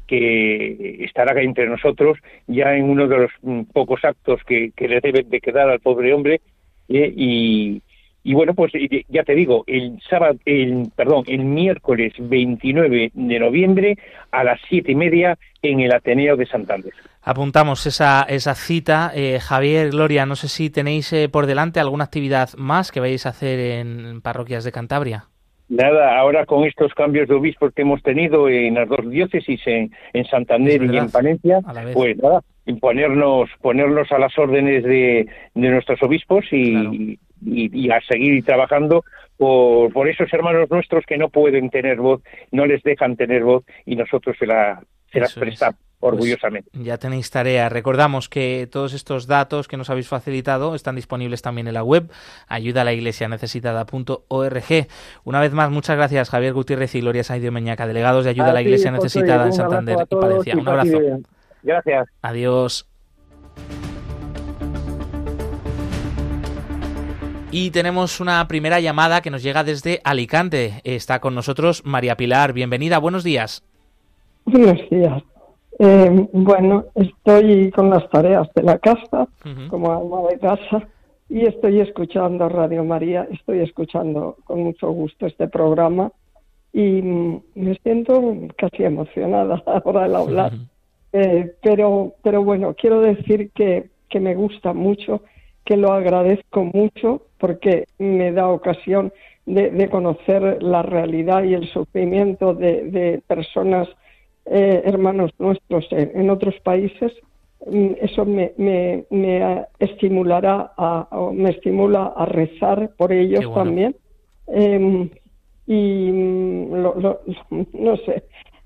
[SPEAKER 10] que estará entre nosotros ya en uno de los pocos actos que, que le deben de quedar al pobre hombre, eh, y, Y bueno, pues ya te digo, el sábado, el, perdón, el miércoles veintinueve de noviembre a las siete y media en el Ateneo de Santander.
[SPEAKER 2] Apuntamos esa, esa cita. Eh, Javier, Gloria, no sé si tenéis eh, por delante alguna actividad más que vayáis a hacer en parroquias de Cantabria.
[SPEAKER 10] Nada, ahora con estos cambios de obispos que hemos tenido en las dos diócesis, en, en Santander y en Palencia, pues nada, ponernos, ponernos a las órdenes de, de nuestros obispos y, claro. y, y a seguir trabajando por, por esos hermanos nuestros que no pueden tener voz, no les dejan tener voz y nosotros se, la, se las prestamos. Orgullosamente.
[SPEAKER 2] Pues ya tenéis tarea. Recordamos que todos estos datos que nos habéis facilitado están disponibles también en la web ayuda a la iglesia necesitada punto org. Una vez más, muchas gracias Javier Gutiérrez y Gloria Sainz de Meñaca, delegados de Ayuda a, a la Iglesia ti, Necesitada en Santander y Palencia. Un abrazo.
[SPEAKER 10] Gracias.
[SPEAKER 2] Adiós. Y tenemos una primera llamada que nos llega desde Alicante. Está con nosotros María Pilar. Bienvenida. Buenos días.
[SPEAKER 11] Buenos días. Eh, bueno, estoy con las tareas de la casa, uh-huh. como ama de casa, y estoy escuchando Radio María, estoy escuchando con mucho gusto este programa y me siento casi emocionada ahora al hablar. Uh-huh. Eh, pero, pero bueno, quiero decir que, que me gusta mucho, que lo agradezco mucho porque me da ocasión de, de conocer la realidad y el sufrimiento de, de personas Eh, hermanos nuestros en, en otros países. Eso me, me, me estimulará a, o me estimula a rezar por ellos bueno. también eh, y lo, lo, no sé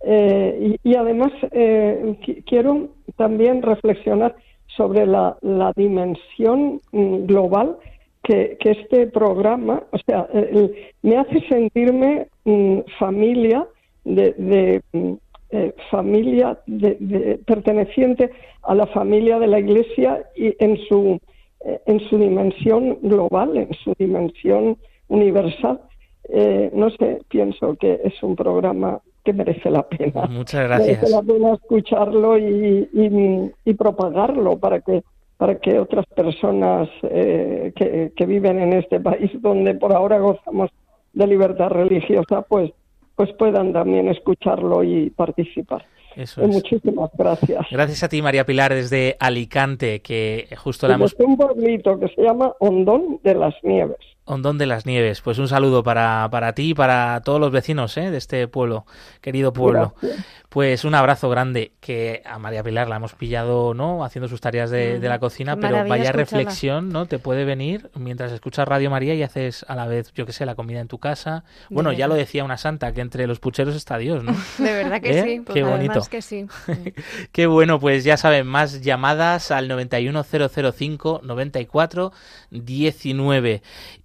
[SPEAKER 11] eh, y, y además eh, qu- quiero también reflexionar sobre la, la dimensión mm, global que, que este programa, o sea, el, me hace sentirme mm, familia de, de Eh, familia de, de, perteneciente a la familia de la Iglesia y en su eh, en su dimensión global, en su dimensión universal. Eh, no sé, pienso que es un programa que merece la pena.
[SPEAKER 2] Muchas gracias.
[SPEAKER 11] Merece la pena escucharlo y, y, y propagarlo para que para que otras personas eh, que, que viven en este país donde por ahora gozamos de libertad religiosa, pues pues puedan también escucharlo y participar.
[SPEAKER 2] Eso es.
[SPEAKER 11] Muchísimas gracias.
[SPEAKER 2] Gracias a ti, María Pilar, desde Alicante, que justo la hemos...
[SPEAKER 11] Es un pueblito que se llama Hondón de las Nieves.
[SPEAKER 2] Hondón de las Nieves. Pues un saludo para, para ti y para todos los vecinos ¿eh? de este pueblo, querido pueblo. Gracias. Pues un abrazo grande, que a María Pilar la hemos pillado no haciendo sus tareas de, mm, de la cocina, pero vaya escucharla. Reflexión, ¿no? Te puede venir mientras escuchas Radio María y haces a la vez, yo qué sé, la comida en tu casa. Bueno, ya lo decía una santa, que entre los pucheros está Dios, ¿no?
[SPEAKER 3] De verdad que
[SPEAKER 2] ¿Eh?
[SPEAKER 3] sí. Pues
[SPEAKER 2] qué bonito.
[SPEAKER 3] Que sí.
[SPEAKER 2] Qué bueno, pues ya saben, más llamadas al noventa y uno cero cero cinco noventa y cuatro diecinueve.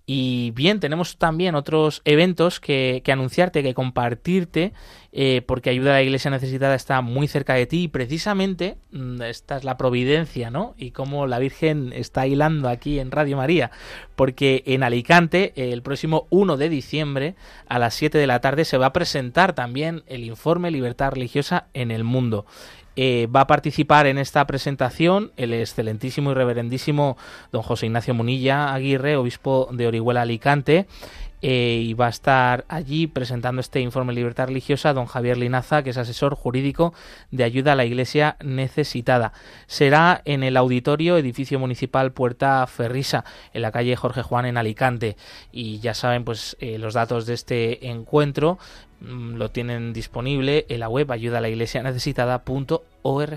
[SPEAKER 2] Y bien, tenemos también otros eventos que, que anunciarte, que compartirte, eh, porque Ayuda a la Iglesia Necesitada está muy cerca de ti y precisamente esta es la providencia, ¿no? Y cómo la Virgen está hilando aquí en Radio María, porque en Alicante el próximo uno de diciembre a las siete de la tarde se va a presentar también el informe Libertad Religiosa en el Mundo. Eh, va a participar en esta presentación el excelentísimo y reverendísimo don José Ignacio Munilla Aguirre, obispo de Orihuela Alicante, eh, y va a estar allí presentando este informe Libertad Religiosa don Javier Linaza, que es asesor jurídico de Ayuda a la Iglesia Necesitada. Será en el auditorio Edificio Municipal Puerta Ferrisa, en la calle Jorge Juan en Alicante, y ya saben pues eh, los datos de este encuentro lo tienen disponible en la web ayuda a la iglesia necesitada punto org.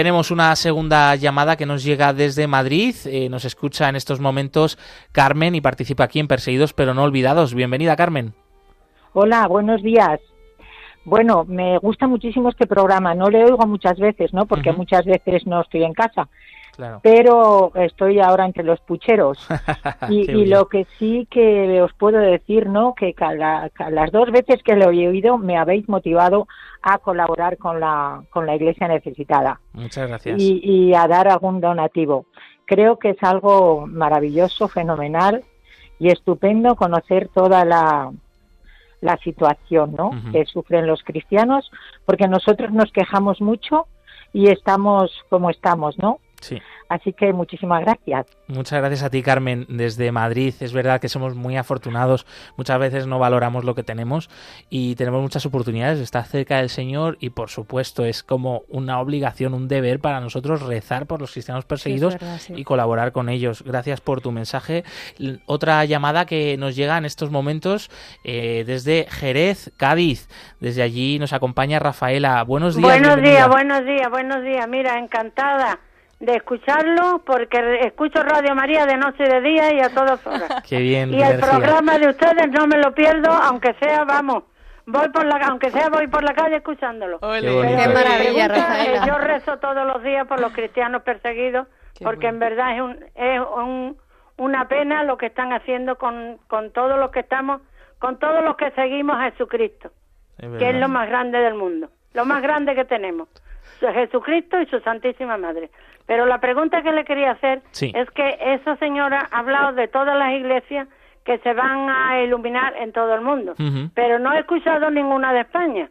[SPEAKER 2] tenemos una segunda llamada que nos llega desde Madrid. Eh, nos escucha en estos momentos Carmen y participa aquí en Perseguidos pero no olvidados. Bienvenida, Carmen.
[SPEAKER 12] Hola, buenos días. Bueno, me gusta muchísimo este programa. No le oigo muchas veces, ¿no? Porque uh-huh. muchas veces no estoy en casa. Claro. Pero estoy ahora entre los pucheros. y, y lo que sí que os puedo decir, ¿no? Que cada, cada, las dos veces que lo he oído me habéis motivado a colaborar con la con la Iglesia Necesitada.
[SPEAKER 2] Muchas gracias.
[SPEAKER 12] Y, y a dar algún donativo. Creo que es algo maravilloso, fenomenal y estupendo conocer toda la la situación, ¿no? Uh-huh. que sufren los cristianos, porque nosotros nos quejamos mucho y estamos como estamos, ¿no?
[SPEAKER 2] Sí.
[SPEAKER 12] Así que muchísimas gracias.
[SPEAKER 2] Muchas gracias a ti, Carmen, desde Madrid. Es verdad que somos muy afortunados. Muchas veces no valoramos lo que tenemos y tenemos muchas oportunidades de estar cerca del Señor y, por supuesto, es como una obligación, un deber para nosotros rezar por los cristianos perseguidos sí, verdad, sí. y colaborar con ellos. Gracias por tu mensaje. Otra llamada que nos llega en estos momentos eh, desde Jerez, Cádiz. Desde allí nos acompaña Rafaela. Buenos días.
[SPEAKER 13] Buenos
[SPEAKER 2] bienvenida.
[SPEAKER 13] días, buenos días, buenos días. Mira, encantada de escucharlo, porque escucho Radio María de noche y de día y a todas horas.
[SPEAKER 2] Qué bien.
[SPEAKER 13] Y el energía. Programa de ustedes no me lo pierdo, aunque sea, vamos, voy por la, aunque sea voy por la calle escuchándolo.
[SPEAKER 3] Qué, Qué maravilla, Rafaela.
[SPEAKER 13] Yo rezo todos los días por los cristianos perseguidos, Qué porque bueno. en verdad es un, es un, una pena lo que están haciendo con, con todos los que estamos, con todos los que seguimos a Jesucristo, es que es lo más grande del mundo, lo más grande que tenemos. Jesucristo y su Santísima Madre. Pero la pregunta que le quería hacer sí. es que esa señora ha hablado de todas las iglesias que se van a iluminar en todo el mundo, uh-huh. pero no he escuchado ninguna de España.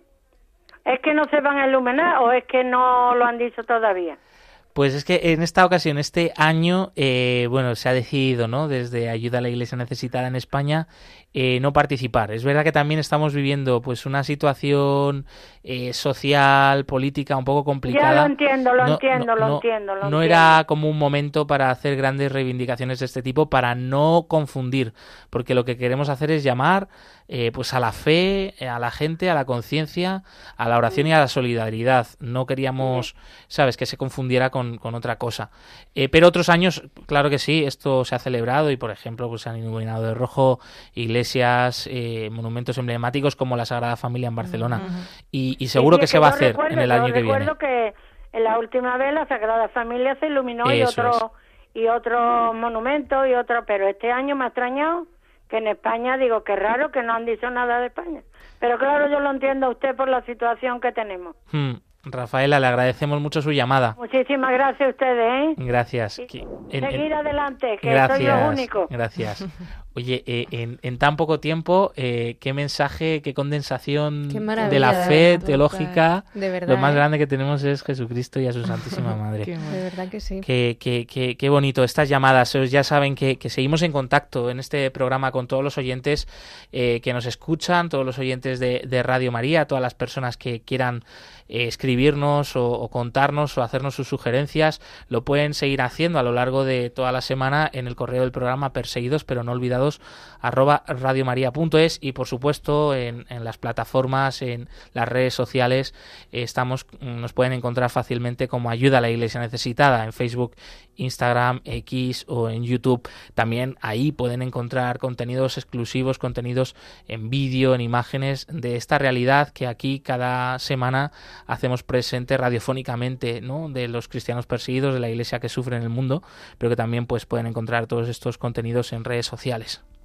[SPEAKER 13] ¿Es que no se van a iluminar o es que no lo han dicho todavía?
[SPEAKER 2] Pues es que en esta ocasión, este año, eh, bueno, se ha decidido, ¿no?, desde Ayuda a la Iglesia Necesitada en España, eh, no participar. Es verdad que también estamos viviendo, pues, una situación eh, social, política un poco complicada.
[SPEAKER 13] Ya lo entiendo, lo
[SPEAKER 2] no,
[SPEAKER 13] entiendo,
[SPEAKER 2] no,
[SPEAKER 13] lo
[SPEAKER 2] no,
[SPEAKER 13] entiendo. Lo
[SPEAKER 2] no
[SPEAKER 13] entiendo.
[SPEAKER 2] Era como un momento para hacer grandes reivindicaciones de este tipo, para no confundir, porque lo que queremos hacer es llamar, eh, pues, a la fe, a la gente, a la conciencia, a la oración y a la solidaridad. No queríamos, ¿sabes?, que se confundiera con Con, con otra cosa. Eh, pero otros años, claro que sí, esto se ha celebrado y, por ejemplo, pues se han iluminado de rojo iglesias, eh, monumentos emblemáticos como la Sagrada Familia en Barcelona. Uh-huh. y, y seguro sí, sí, que, que se va a hacer
[SPEAKER 13] recuerdo,
[SPEAKER 2] en el año que viene.
[SPEAKER 13] Recuerdo que en la última vez la Sagrada Familia se iluminó y otro, y otro monumento y otro, pero este año me ha extrañado que en España, digo, qué raro que no han dicho nada de España. Pero claro, yo lo entiendo a usted por la situación que tenemos.
[SPEAKER 2] Hmm. Rafaela, le agradecemos mucho su llamada.
[SPEAKER 13] Muchísimas gracias a ustedes, ¿eh?
[SPEAKER 2] Gracias.
[SPEAKER 13] En, Seguir en, adelante, que
[SPEAKER 2] gracias,
[SPEAKER 13] soy lo único.
[SPEAKER 2] Gracias. Oye, eh, en, en tan poco tiempo, eh, qué mensaje, qué condensación qué de la fe de teológica.
[SPEAKER 3] De verdad,
[SPEAKER 2] lo más
[SPEAKER 3] ¿eh?
[SPEAKER 2] grande que tenemos es Jesucristo y a su Santísima Madre.
[SPEAKER 3] De verdad que sí.
[SPEAKER 2] Qué, qué, qué, qué bonito. Estas llamadas, ya saben que, que seguimos en contacto en este programa con todos los oyentes eh, que nos escuchan, todos los oyentes de, de Radio María, todas las personas que quieran eh, escribirnos o, o contarnos o hacernos sus sugerencias. Lo pueden seguir haciendo a lo largo de toda la semana en el correo del programa perseguidos pero no olvidados arroba radiomaria.es y por supuesto en, en las plataformas, en las redes sociales eh, estamos, nos pueden encontrar fácilmente como Ayuda a la Iglesia Necesitada en Facebook, Instagram, X o en YouTube. También ahí pueden encontrar contenidos exclusivos, contenidos en vídeo, en imágenes de esta realidad que aquí cada semana hacemos presente radiofónicamente, ¿no?, de los cristianos perseguidos, de la Iglesia que sufre en el mundo, pero que también pues pueden encontrar todos estos contenidos en redes sociales.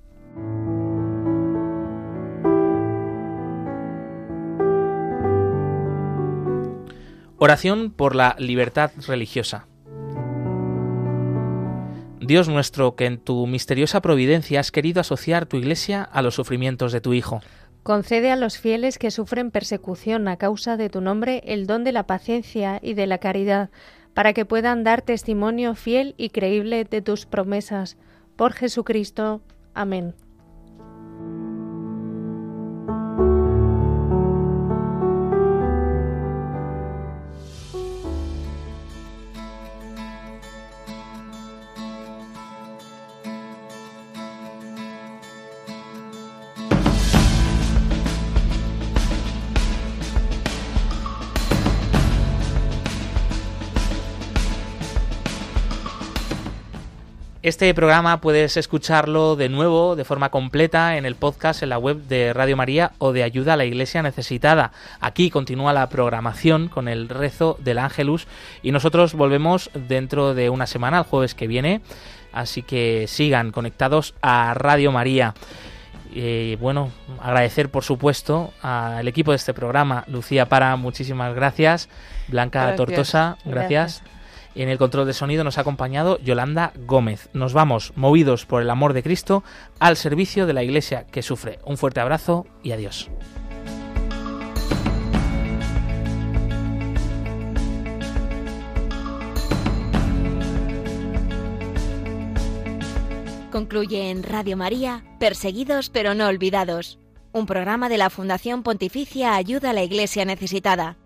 [SPEAKER 2] Oración por la libertad religiosa. Dios nuestro, que en tu misteriosa providencia has querido asociar tu Iglesia a los sufrimientos de tu Hijo.
[SPEAKER 3] Concede a los fieles que sufren persecución a causa de tu nombre el don de la paciencia y de la caridad, para que puedan dar testimonio fiel y creíble de tus promesas. Por Jesucristo. Amén.
[SPEAKER 2] Este programa puedes escucharlo de nuevo, de forma completa, en el podcast, en la web de Radio María o de Ayuda a la Iglesia Necesitada. Aquí continúa la programación con el rezo del Ángelus y nosotros volvemos dentro de una semana, el jueves que viene, así que sigan conectados a Radio María. Eh, bueno, agradecer por supuesto al equipo de este programa. Lucía Para, muchísimas gracias. Blanca gracias. Tortosa, gracias. gracias. En el control de sonido nos ha acompañado Yolanda Gómez. Nos vamos, movidos por el amor de Cristo, al servicio de la Iglesia que sufre. Un fuerte abrazo y adiós.
[SPEAKER 1] Concluye en Radio María, Perseguidos pero no olvidados, un programa de la Fundación Pontificia Ayuda a la Iglesia Necesitada.